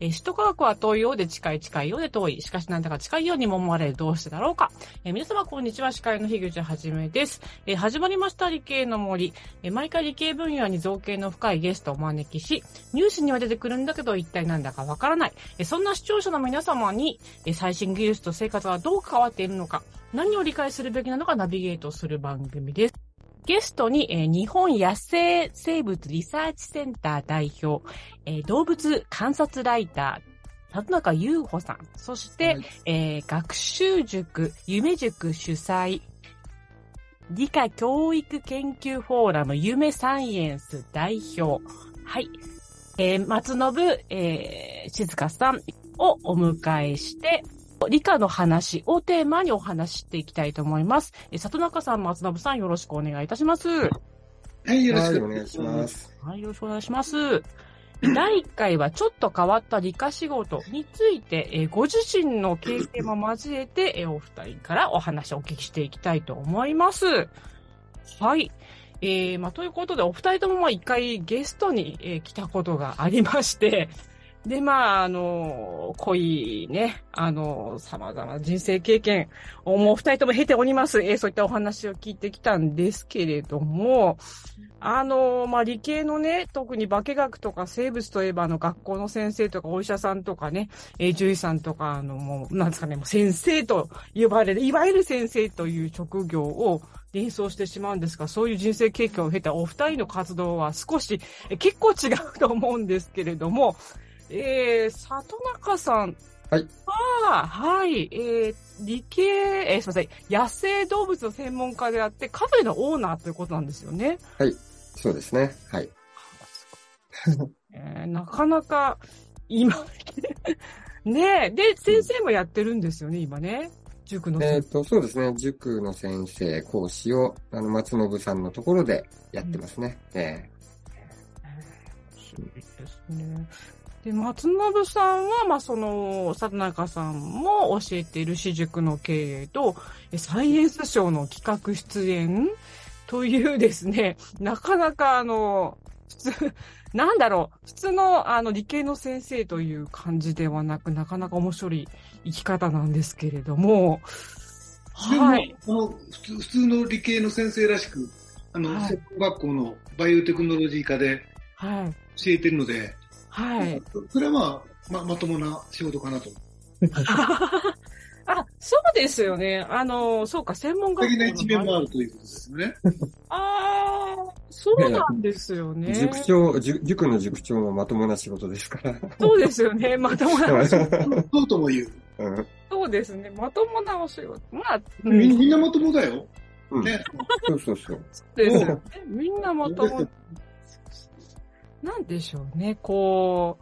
首都科学は遠いようで近い、近いようで遠い。しかしなんだか近いようにも思われる。どうしてだろうか。皆様こんにちは。司会の樋口はじめです。始まりました理系の森。毎回理系分野に造形の深いゲストをお招きし、ニュースには出てくるんだけど一体なんだかわからない。そんな視聴者の皆様に、最新技術と生活はどう変わっているのか、何を理解するべきなのかナビゲートする番組です。ゲストに、日本野生生物リサーチセンター代表、動物観察ライター、里中優穂さん、そして、学習塾、夢塾主催、理科教育研究フォーラム夢サイエンス代表、はい、松信、静香さんをお迎えして、理科の話をテーマにお話していきたいと思います。里中さん、松信さん、よろしくお願いいたします。 はい、よろしくお願いします。 はい、よろしくお願いします。第1回はちょっと変わった理科仕事について、ご自身の経験も交えて、お二人からお話をお聞きしていきたいと思います。はい。ということで、お二人とも1回ゲストに、来たことがありまして、で、濃いね、様々な人生経験をもう二人とも経ております。そういったお話を聞いてきたんですけれども、理系のね、特に化学とか生物といえば学校の先生とかお医者さんとかね、獣医さんとかもう、なんですかね、もう先生と呼ばれる、いわゆる先生という職業を連想してしまうんですが、そういう人生経験を経たお二人の活動は少し、結構違うと思うんですけれども、里中さん。 はい。 はい。理系、すみません。野生動物の専門家であって、カフェのオーナーということなんですよね。 はい。そうですね。はい。 なかなか、今、ねえ。で、先生もやってるんですよね、今ね。塾の先生。 そうですね。塾の先生、講師を、松信さんのところでやってますね。 そうですね。で、松信さんは、里中さんも教えている私塾の経営と、サイエンスショーの企画出演というですね、なかなか普通の理系の先生という感じではなく、なかなか面白い生き方なんですけれども、 はい。普通の理系の先生らしく、専門学校のバイオテクノロジー科で教えてるので、 はい。 それはまともな仕事かなと。 そうですよね。そうか、専門学校の。 的な一面もあるということですよね。 そうなんですよね。 塾の塾長もまともな仕事ですから。 そうですよね、まともなお仕事。 そうとも言う。 そうですね、まともなお仕事。 みんなまともだよ。ね。 そう。 そうですよね。みんなまとも。なんでしょうね、そ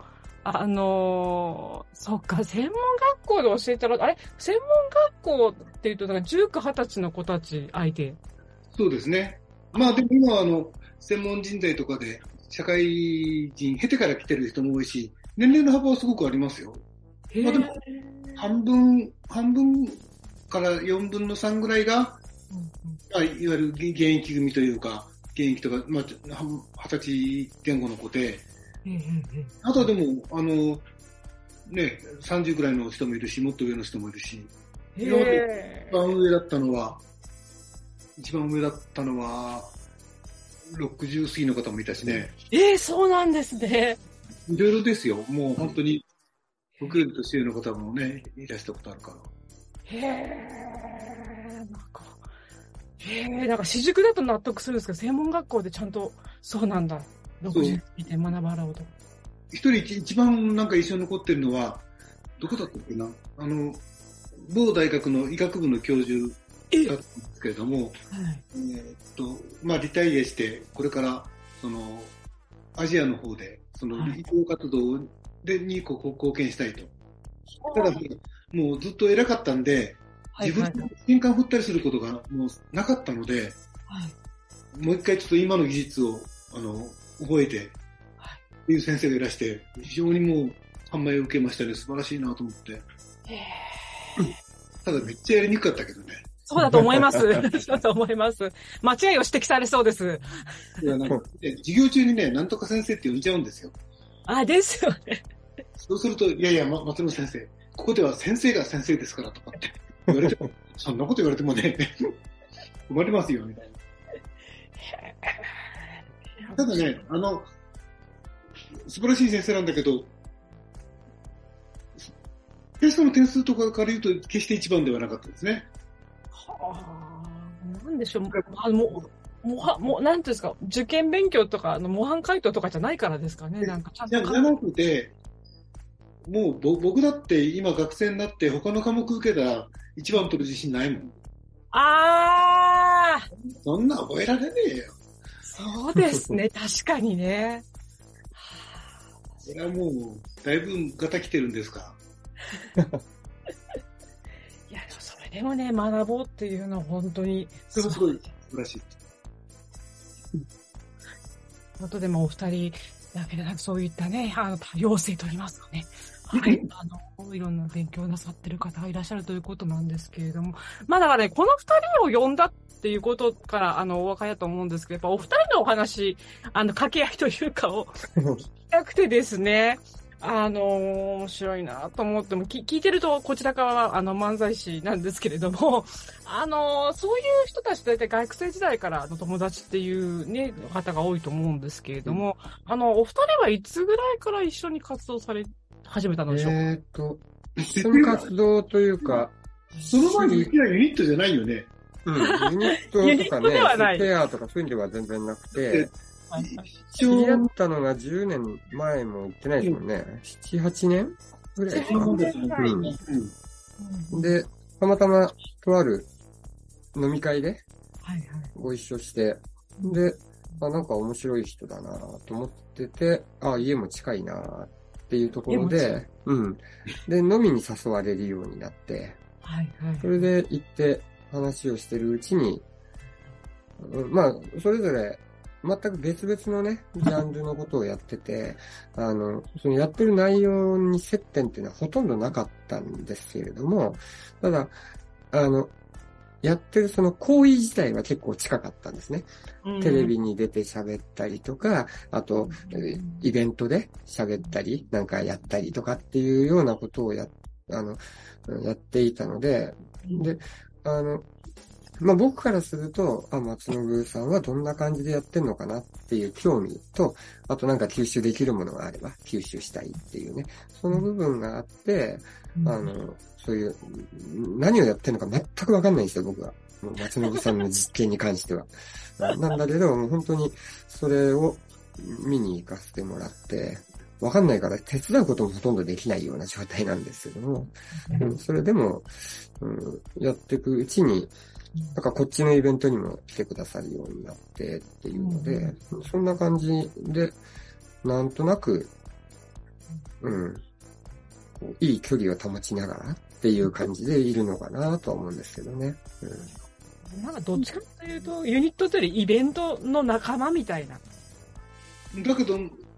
っか、専門学校で教えたら、専門学校って言うと、19、20歳の子たち相手。 そうですね。でも今は専門人材とかで、社会人、経てから来てる人も多いし、年齢の幅はすごくありますよ。でも、半分から4分の3ぐらいが、いわゆる現役組というか、現役とか、20歳前後の子で、あとはでも、30ぐらいの人もいるし、もっと上の人もいるし、一番上だったのは、60過ぎの方もいたしね。 そうなんですね。 いろいろですよ。もう本当に、僕より年上の方もね、いらしたことあるから。 なんか私塾だと納得するんですけど、専門学校でちゃんと、そうなんだ。60過ぎて学ばれると。 一番なんか印象に残ってるのは、どこだったっけな、某大学の医学部の教授だったんですけれども、リタイアして、これから、アジアの方で、医療活動に貢献したいと。ただ、もうずっと偉かったんで、自分で変換振ったりすることがもうなかったので、もう一回ちょっと今の技術を覚えて、っていう先生がいらして、非常にもう感銘を受けましたね。素晴らしいなと思って。ただめっちゃやりにくかったけどね。 そうだと思います。そうだと思います。間違いを指摘されそうです。 授業中にね、なんとか先生って呼んじゃうんですよ。 ですよね。 そうすると、いやいや、松本先生、ここでは先生が先生ですからとかって言われても、そんなこと言われてもね、困りますよ、みたいな。ただね、素晴らしい先生なんだけど、テストの点数とかから言うと、決して一番ではなかったですね。 はあ、なんでしょう。なんていうんですか、受験勉強とか、模範解答とかじゃないからですかね、なんかちゃんと。 じゃなくて、もう僕だって今学生になって他の科目受けたら一番取る自信ないもん。 ああそんな覚えられねえよ。 そうですね、確かにね。 それはもう、だいぶガタ来てるんですか。 いや、それでもね、学ぼうっていうのは本当にすごい素晴らしい。 あとでもお二人だけでなくそういったね、多様性と言いますかね。はい。いろんな勉強なさってる方がいらっしゃるということなんですけれども。まあだからね、この二人を呼んだっていうことから、お分かりだと思うんですけど、やっぱお二人のお話、掛け合いというかを聞きたくてですね。面白いなと思っても、聞いてると、こちら側は、漫才師なんですけれども、そういう人たち大体学生時代からの友達っていうね、方が多いと思うんですけれども、お二人はいつぐらいから一緒に活動され始めたのでしょうか？ 一緒に活動というか、 その前にうちはユニットじゃないよね。 うん、ユニットとかね、ペアとかそういうんでは全然なくて、知り合ったのが10年前も行ってないですもんね。7、8年ぐらいですか。で、たまたまとある飲み会でご一緒して、で、なんか面白い人だなと思ってて、家も近いなっていうところで、で、飲みに誘われるようになって、それで行って話をしてるうちに、それぞれ、全く別々のね、ジャンルのことをやってて、そのやってる内容に接点っていうのはほとんどなかったんですけれども、ただ、やってるその行為自体は結構近かったんですね。テレビに出て喋ったりとか、あと、イベントで喋ったり、なんかやったりとかっていうようなことをやっていたので、で、僕からすると、松信さんはどんな感じでやってんのかなっていう興味と、あとなんか吸収できるものがあれば吸収したいっていうね、その部分があって、そういう、何をやってんのか全くわかんないんですよ、僕は。もう松信さんの実験に関しては。なんだけど、もう本当にそれを見に行かせてもらって、わかんないから手伝うこともほとんどできないような状態なんですけども、それでも、やっていくうちに、なんかこっちのイベントにも来てくださるようになってっていうので、そんな感じで、なんとなく、いい距離を保ちながらっていう感じでいるのかなとは思うんですけどね。 なんかどっちかというと、ユニットというよりイベントの仲間みたいな。 だけど、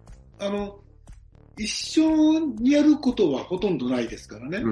一緒にやることはほとんどないですからね。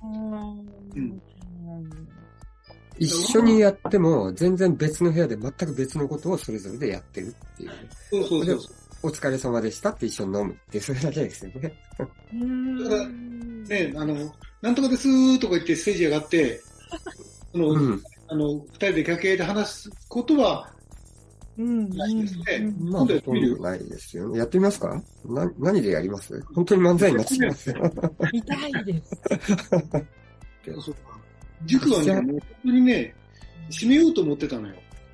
一緒にやっても、全然別の部屋で全く別のことをそれぞれでやってるっていう。そう。お疲れ様でしたって一緒に飲むって、それだけですよね。 だからね、なんとかですーとか言ってステージ上がって、二人で楽屋で話すことは、ないですね。 ほとんどないですよね。やってみますか？何でやります？本当に漫才になってきますよ。 痛いです。 そうか。塾はね、本当にね、閉めようと思ってたのよ。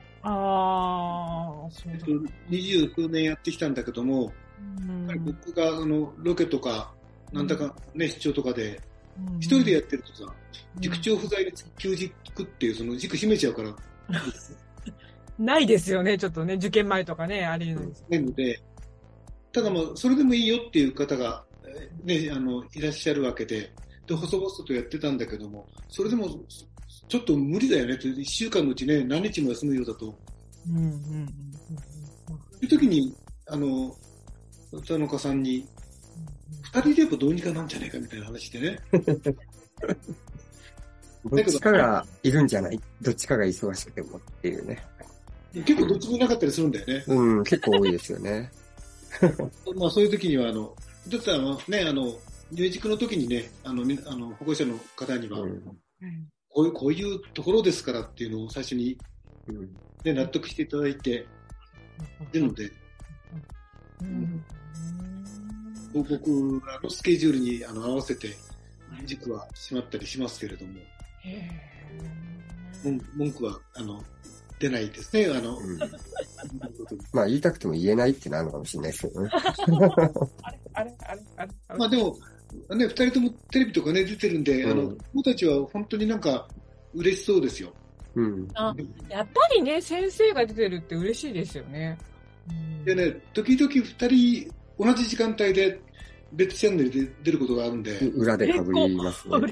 そうだ。 20数年やってきたんだけども、僕がロケとか、なんだかね、出張とかで、一人でやってるとさ、塾長不在で休日っていう、その塾閉めちゃうから。 ないですよね、ちょっとね、受験前とかね、ありえないです。 ないので、ただそれでもいいよっていう方が、ね、いらっしゃるわけで、細々とやってたんだけども、それでも、ちょっと無理だよねって、1週間のうちね、何日も休むようだと。いう時に、田中さんに、2人いればどうにかなんじゃないかみたいな話でね。 どっちかがいるんじゃない？どっちかが忙しくてもっていうね。 結構どっちもいなかったりするんだよね。 結構多いですよね。 そういう時には、 だって入塾の時にね、保護者の方には、こういうところですからっていうのを最初に、ね、納得していただいて、いるので、僕、スケジュールに合わせて、塾はしまったりしますけれども、文句は、出ないですね、 まあ、言いたくても言えないってなるのかもしれないですけどね。 あれ。 まあでも、ね、二人ともテレビとかね、出てるんで、子供たちは本当になんか、嬉しそうですよ。 やっぱりね、先生が出てるって嬉しいですよね。 でね、時々二人、同じ時間帯で、別チャンネルで出ることがあるんで。 裏で被りますね。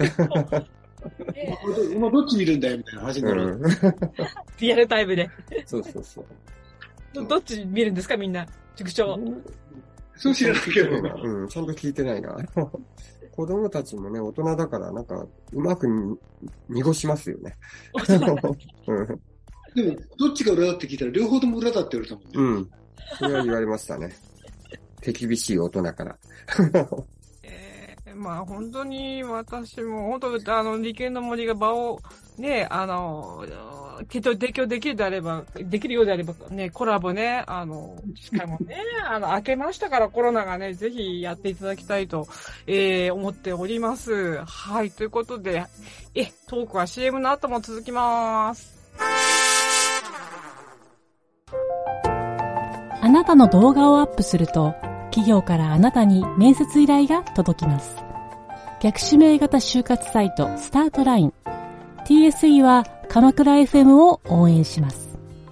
今どっち見るんだよみたいな話になる。 リアルタイムで。 そう。 どっち見るんですかみんな。塾長。 そう知らないけど。 ちゃんと聞いてないな。子供たちもね、大人だからなんか、うまく濁しますよね。 でも、どっちが裏だって聞いたら、両方とも裏だって言われたもんね。 それは言われましたね。手厳しい大人から。 まあ本当に私も、本当理系の森が場をね、提供できるようであればね、コラボね、しかもね、明けましたからコロナがね、ぜひやっていただきたいと、思っております。はい、ということで、トークは CM の後も続きます。 あなたの動画をアップすると、企業からあなたに面接依頼が届きます。逆指名型就活サイトスタートライン。TSE は鎌倉 FM を応援します。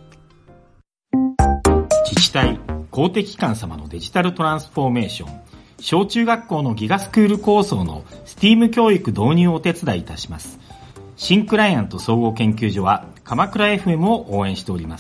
自治体、公的機関様のデジタルトランスフォーメーション、小中学校のギガスクール構想の STEAM 教育導入をお手伝いいたします。新クライアント総合研究所は鎌倉 FM を応援しております。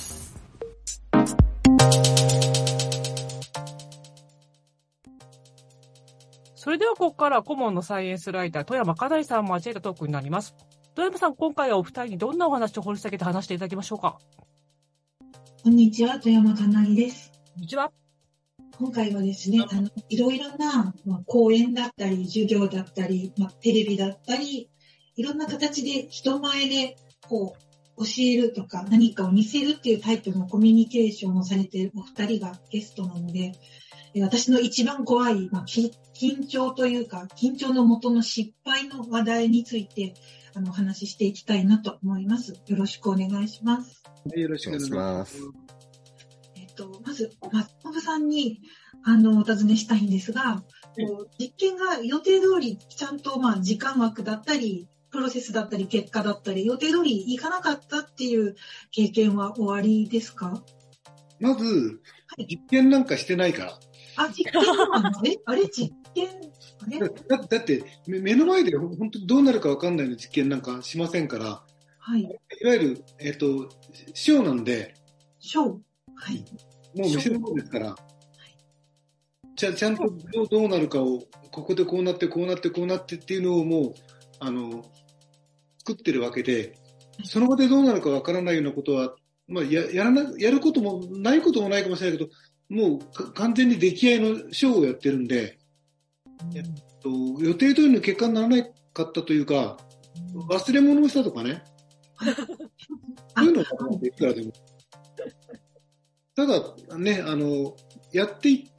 それではここからは顧問のサイエンスライター、富山かなりさんを交えたトークになります。富山さん、今回はお二人にどんなお話を掘り下げて話していただきましょうか。 こんにちは、富山かなりです。 こんにちは。 今回はですね、いろいろな、講演だったり、授業だったり、テレビだったり、いろんな形で人前で教えるとか何かを見せるっていうタイプのコミュニケーションをされているお二人がゲストなので、私の一番怖い、緊張というか、緊張の元の失敗の話題について、お話ししていきたいなと思います。よろしくお願いします。 よろしくお願いします。 まず、松信さんに、お尋ねしたいんですが、実験が予定通り、ちゃんと、時間枠だったり、プロセスだったり、結果だったり、予定通りいかなかったっていう経験は終わりですか？ まず、実験なんかしてないから。 実験なんですね。あれ、実験だって、目の前で本当にどうなるか分かんないの実験なんかしませんから、 はい。 いわゆる、ショーなんで、 ショー。はい。 もう見せるものですから、ちゃんとどうなるかを、ここでこうなって、こうなって、こうなってっていうのをもう、作ってるわけで、その場でどうなるか分からないようなことは、やることもないこともないかもしれないけど、もう完全に出来合いのショーをやってるんで、予定通りの結果にならなかったというか、忘れ物をしたとかね。そういうのがいくらでも。ただね、やっていって、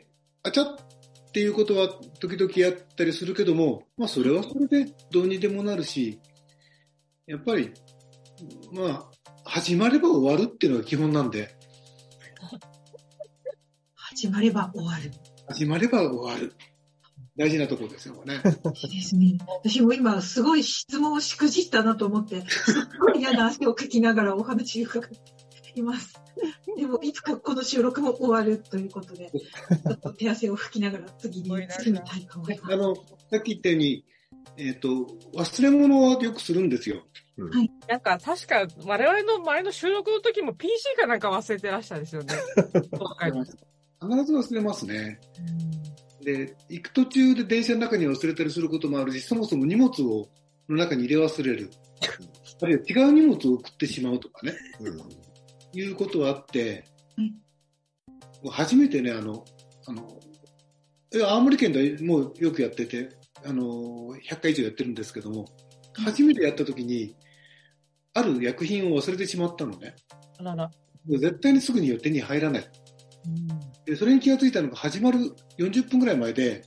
あちゃっていうことは時々やったりするけども、それはそれでどうにでもなるし、やっぱり、始まれば終わるっていうのが基本なんで。 始まれば終わる。 始まれば終わる。大事なところですよね。 いいですね。私も今すごい質問をしくじったなと思って、すっごい嫌な汗をかきながらお話を伺っています。でもいつかこの収録も終わるということで、ちょっと手汗を拭きながら次に進みたいと思います。 さっき言ったように、忘れ物はよくするんですよ。 はい。 なんか確か我々の前の収録の時も PC かなんか忘れてらしたんですよね。 必ず忘れますね。で、行く途中で電車の中に忘れたりすることもあるし、そもそも荷物の中に入れ忘れる。あるいは違う荷物を送ってしまうとかね。いうことはあって、初めてね、 青森県でもうよくやってて、100回以上やってるんですけども、初めてやった時に、ある薬品を忘れてしまったのね。 あらら。 絶対にすぐに手に入らない。で、それに気がついたのが始まる40分ぐらい前で、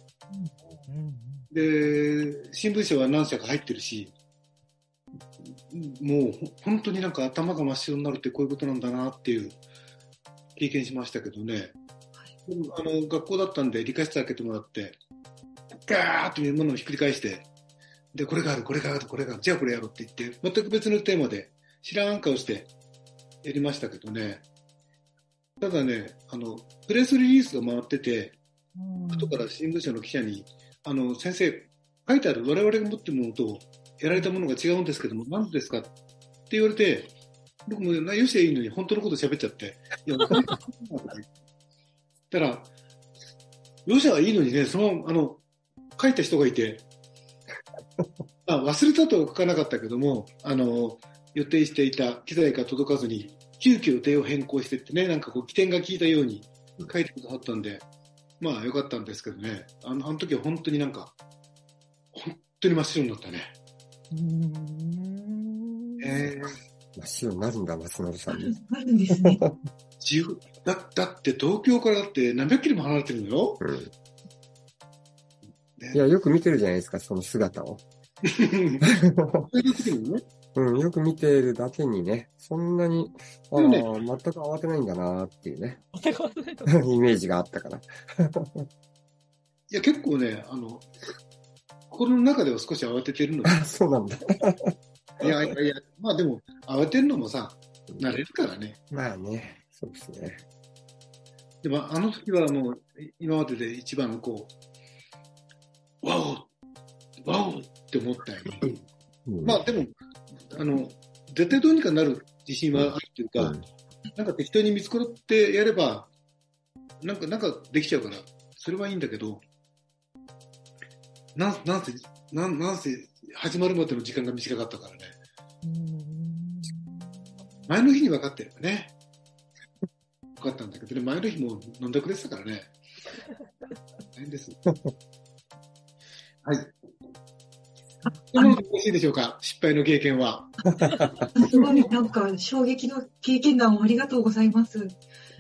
で、新聞社は何社か入ってるし、もう本当になんか頭が真っ白になるってこういうことなんだなっていう経験しましたけどね。学校だったんで理科室開けてもらって、ガーッというものをひっくり返して、で、これがある、これがある、これがある、じゃあこれやろうって言って、全く別のテーマで知らん顔してやりましたけどね。ただね、プレスリリースが回ってて、後から新聞社の記者に、先生、書いてある我々が持ってるものとやられたものが違うんですけども、何ですかって言われて、僕もよしはいいのに本当のこと喋っちゃって、いや、言ったら、よしはいいのにね、その書いた人がいて、忘れたとは書かなかったけども、予定していた機材が届かずに、急遽予定を変更してってね、なんかこう起点が効いたように書いてくださったんで、まあよかったんですけどね、あの時は本当になんか、本当に真っ白になったね。 真っ白になるんだ、松信さんに。 なるんですね。 だって東京からだって何百キロも離れてるのよ。 いや、よく見てるじゃないですか、その姿を。よく見てるだけにね、そんなに、全く慌てないんだなっていうね、イメージがあったから。 いや、結構ね、心の中では少し慌ててるので。 そうなんだ。 いや、まあでも、慌てるのもさ、慣れるからね。 まあね、そうですね。 でも、あの時はもう、今までで一番こう、ワオって思ったよね。まあでも、絶対どうにかなる自信はあるというか、なんか適当に見繕ってやれば、なんかできちゃうから、それはいいんだけど、なんせ始まるまでの時間が短かったからね。前の日に分かってればね、分かったんだけどね、前の日も飲んだくれてたからね。大変です。はい。どうよろしいでしょうか、失敗の経験は。 すごい、なんか衝撃の経験談をありがとうございます。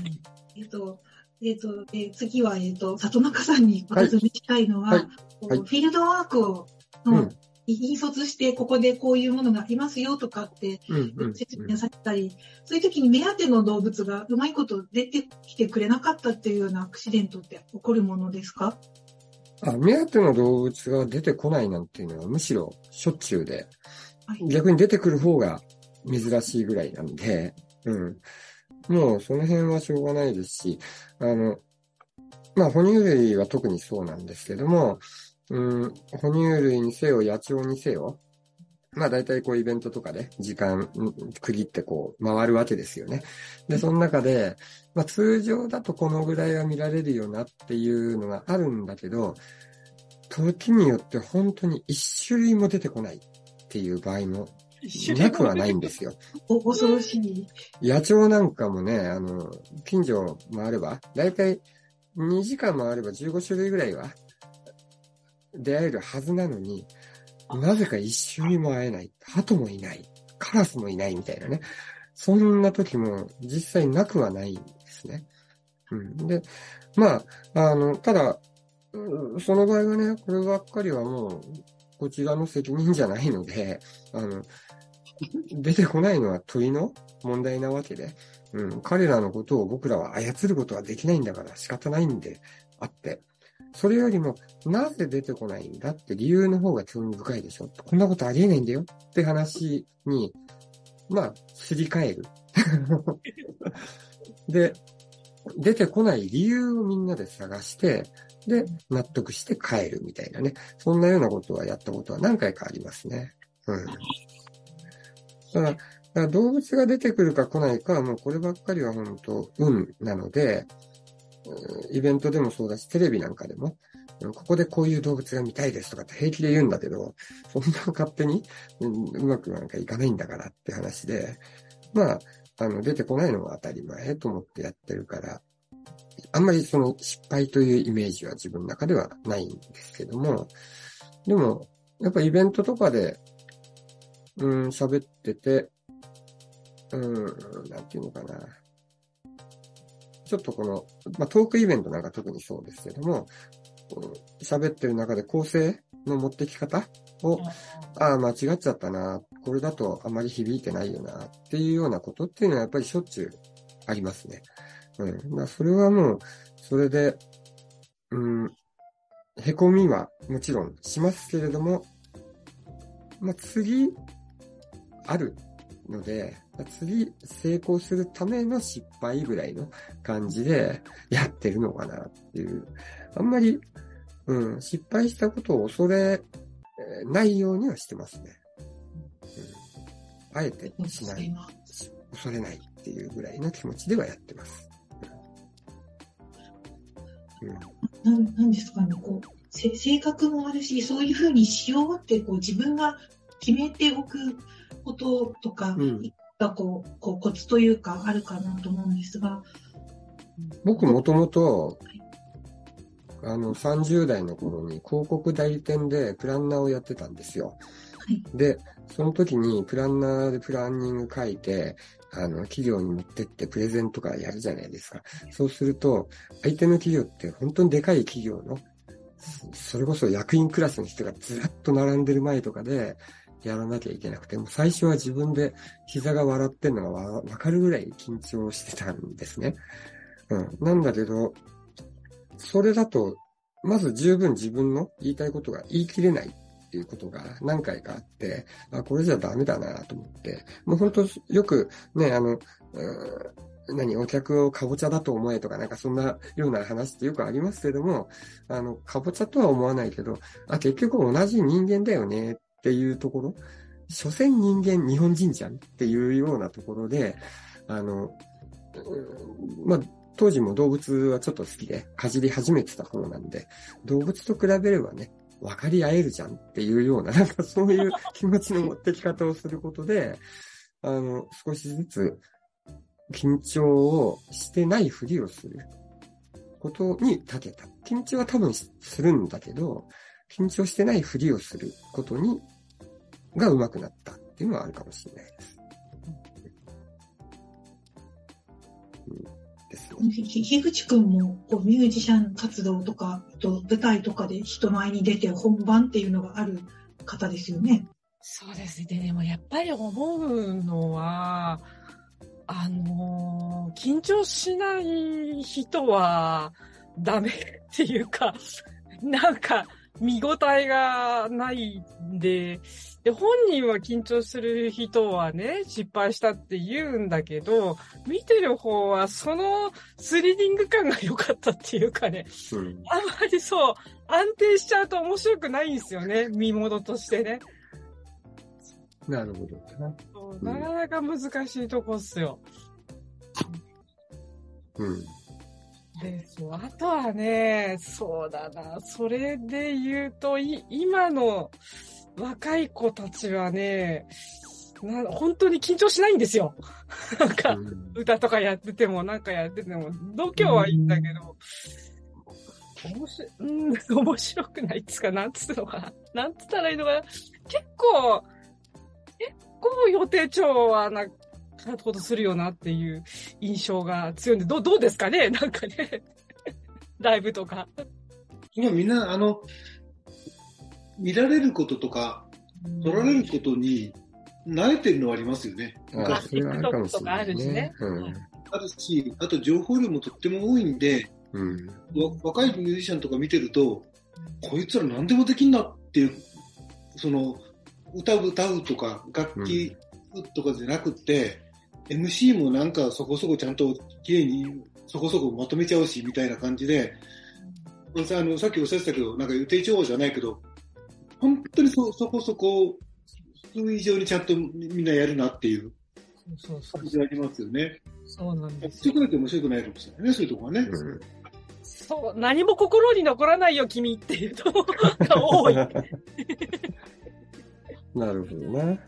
次は、里中さんにお尋ねしたいのは、フィールドワークを、引率して、ここでこういうものがありますよとかって、説明されたり、そういう時に目当ての動物がうまいこと出てきてくれなかったっていうようなアクシデントって起こるものですか？ 目当ての動物が出てこないなんていうのはむしろしょっちゅうで、逆に出てくる方が珍しいぐらいなんで、もうその辺はしょうがないですし、哺乳類は特にそうなんですけども、哺乳類にせよ、野鳥にせよ、大体こうイベントとかで時間区切ってこう回るわけですよね。で、その中で、通常だとこのぐらいは見られるよなっていうのがあるんだけど、時によって本当に一種類も出てこないっていう場合もなくはないんですよ。 恐ろしい。 野鳥なんかもね、近所回れば、だいたい2時間回れば15種類ぐらいは出会えるはずなのに、なぜか一種類も会えない。鳩もいない。カラスもいないみたいなね。そんな時も実際なくはないんですね。で、ただ、その場合はね、こればっかりはもう、こちらの責任じゃないので、出てこないのは鳥の問題なわけで、彼らのことを僕らは操ることはできないんだから仕方ないんであって、それよりも、なぜ出てこないんだって理由の方が興味深いでしょ。こんなことありえないんだよって話に、すり替える。で、出てこない理由をみんなで探して、で、納得して帰るみたいなね。そんなようなことはやったことは何回かありますね。だから動物が出てくるか来ないかはもうこればっかりは本当運なので、イベントでもそうだし、テレビなんかでも、ここでこういう動物が見たいですとかって平気で言うんだけど、そんな勝手にうまくなんかいかないんだからって話で、出てこないのが当たり前と思ってやってるから、 あんまりその失敗というイメージは自分の中ではないんですけども、でも、やっぱイベントとかで、喋ってて、なんていうのかな。ちょっとこの、トークイベントなんか特にそうですけども、喋ってる中で構成の持ってき方を、間違っちゃったな、これだとあまり響いてないよな、っていうようなことっていうのはやっぱりしょっちゅうありますね。それはもう、それで、へこみはもちろんしますけれども、次、あるので、次成功するための失敗ぐらいの感じでやってるのかなっていう。あんまり、失敗したことを恐れないようにはしてますね。あえてしない、恐れないっていうぐらいの気持ちではやってます。 なんですかね、性格もあるし、そういうふうにしようって自分が決めておくこととかがコツというかあるかなと思うんですが。 僕もともと、30代の頃に広告代理店でプランナーをやってたんですよ。 はい、 で、その時にプランナーでプランニング書いて、企業に持ってってプレゼンとかやるじゃないですか。そうすると、相手の企業って本当にでかい企業の、それこそ役員クラスの人がずらっと並んでる前とかでやらなきゃいけなくて、もう最初は自分で膝が笑ってるのがわかるぐらい緊張してたんですね。なんだけど、それだと、まず十分自分の言いたいことが言い切れないっていうことが何回かあって、これじゃダメだなと思って、もう本当よくね、お客をかぼちゃだと思えとかなんかそんなような話ってよくありますけども、かぼちゃとは思わないけど、結局同じ人間だよねっていうところ、所詮人間日本人じゃんっていうようなところで、当時も動物はちょっと好きで、かじり始めてた方なんで、動物と比べればね、分かり合えるじゃんっていうような、なんかそういう気持ちの持ってき方をすることで、少しずつ緊張をしてないふりをすることに長けた。緊張は多分するんだけど、緊張してないふりをすることが上手くなったっていうのはあるかもしれないです。 樋口くんもミュージシャン活動とか舞台とかで人前に出て本番っていうのがある方ですよね。 そうですね。でもやっぱり思うのは、緊張しない人はダメっていうか、なんか見応えがないんで、本人は緊張する人はね、失敗したって言うんだけど、見てる方はそのスリリング感が良かったっていうかね、あまりそう、安定しちゃうと面白くないんですよね、見物としてね。 なるほど。 なかなか難しいとこっすよ。で、あとはね、そうだな、それで言うと、今の若い子たちはね、本当に緊張しないんですよ。なんか、歌とかやってても、なんかやってても、度胸はいいんだけど、面白くないっつか、なんつうのかな。なんつったらいいのかな。結構予定調和なことするよなっていう印象が強いんで、どうですかねなんかね。ライブとか。 今みんな、見られることとか、撮られることに慣れてるのはありますよね。 それはあるかもしれないね。 あるし、あと情報量もとっても多いんで、若いミュージシャンとか見てると、こいつら何でもできんなっていう、歌うとか楽器とかじゃなくって、MC もなんかそこそこちゃんと綺麗にそこそこまとめちゃうしみたいな感じで、さっきおっしゃってたけど、なんか予定調和じゃないけど、本当にそこそこ普通以上にちゃんとみんなやるなっていう感じがありますよね。 そうなんです。 面白くないと面白くないかもしれないね、そういうとこはね。 そう、何も心に残らないよ君っていうところが多い。 なるほどね。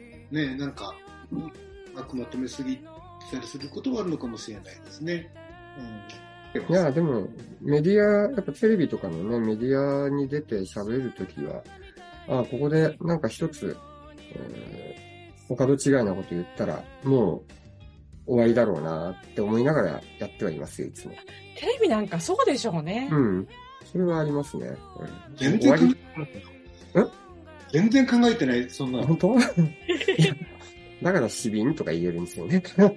なんか、まとめすぎたりすることはあるのかもしれないですね。 いや、でも、メディア、やっぱテレビとかのね、メディアに出て喋るときは、ここでなんか一つ、お門違いなこと言ったら、もう終わりだろうなって思いながらやってはいますよ、いつも。 テレビなんかそうでしょうね。 うん。それはありますね。 全然考えてない。全然考えてない、そんな。 本当だから、死瓶とか言えるんですよね。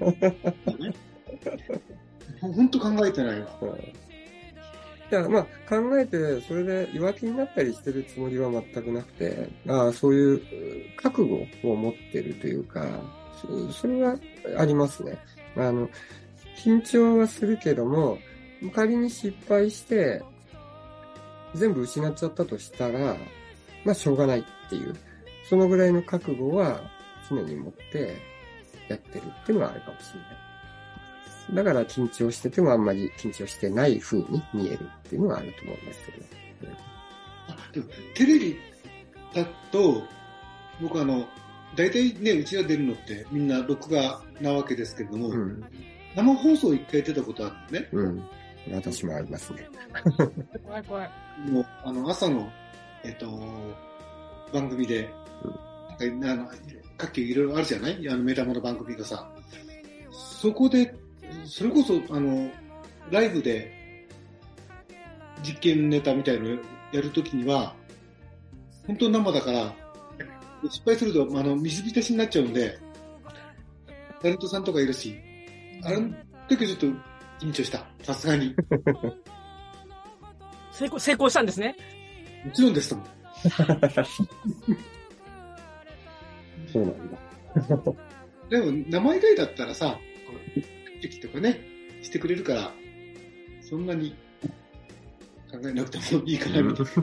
本当考えてないわ。 いや、まあ、考えて、それで弱気になったりしてるつもりは全くなくて、そういう覚悟を持ってるというか、それはありますね。緊張はするけども、仮に失敗して、全部失っちゃったとしたら、まあ、しょうがないっていう、そのぐらいの覚悟は常に持ってやってるっていうのはあるかもしれない。だから緊張しててもあんまり緊張してない風に見えるっていうのはあると思いますけど。 でもテレビだと、僕大体ね、うちが出るのってみんな録画なわけですけれども、生放送一回出たことあるのね。 私もありますね。 怖い怖い。 もう、朝の、番組で、各いろいろあるじゃない目玉の番組がさ。そこで、それこそ、ライブで実験ネタみたいのをやるときには、本当生だから、失敗すると、水浸しになっちゃうんで、タレントさんとかいるし、あの時ちょっと緊張した。さすがに。 成功したんですね。 もちろんですとも。 そうなんだ。 でも、生以外だったらさ、時とかね、してくれるから、そんなに考えなくてもいいかな、みたいな。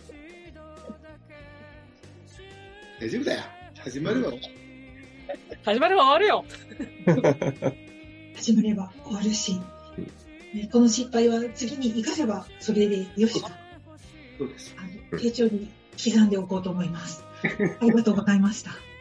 大丈夫だよ。始まれば終わる。 始まれば終わるよ。 始まれば終わるし、この失敗は次に生かせばそれでよしと。 そうです。 丁重に刻んでおこうと思います。ありがとうございました。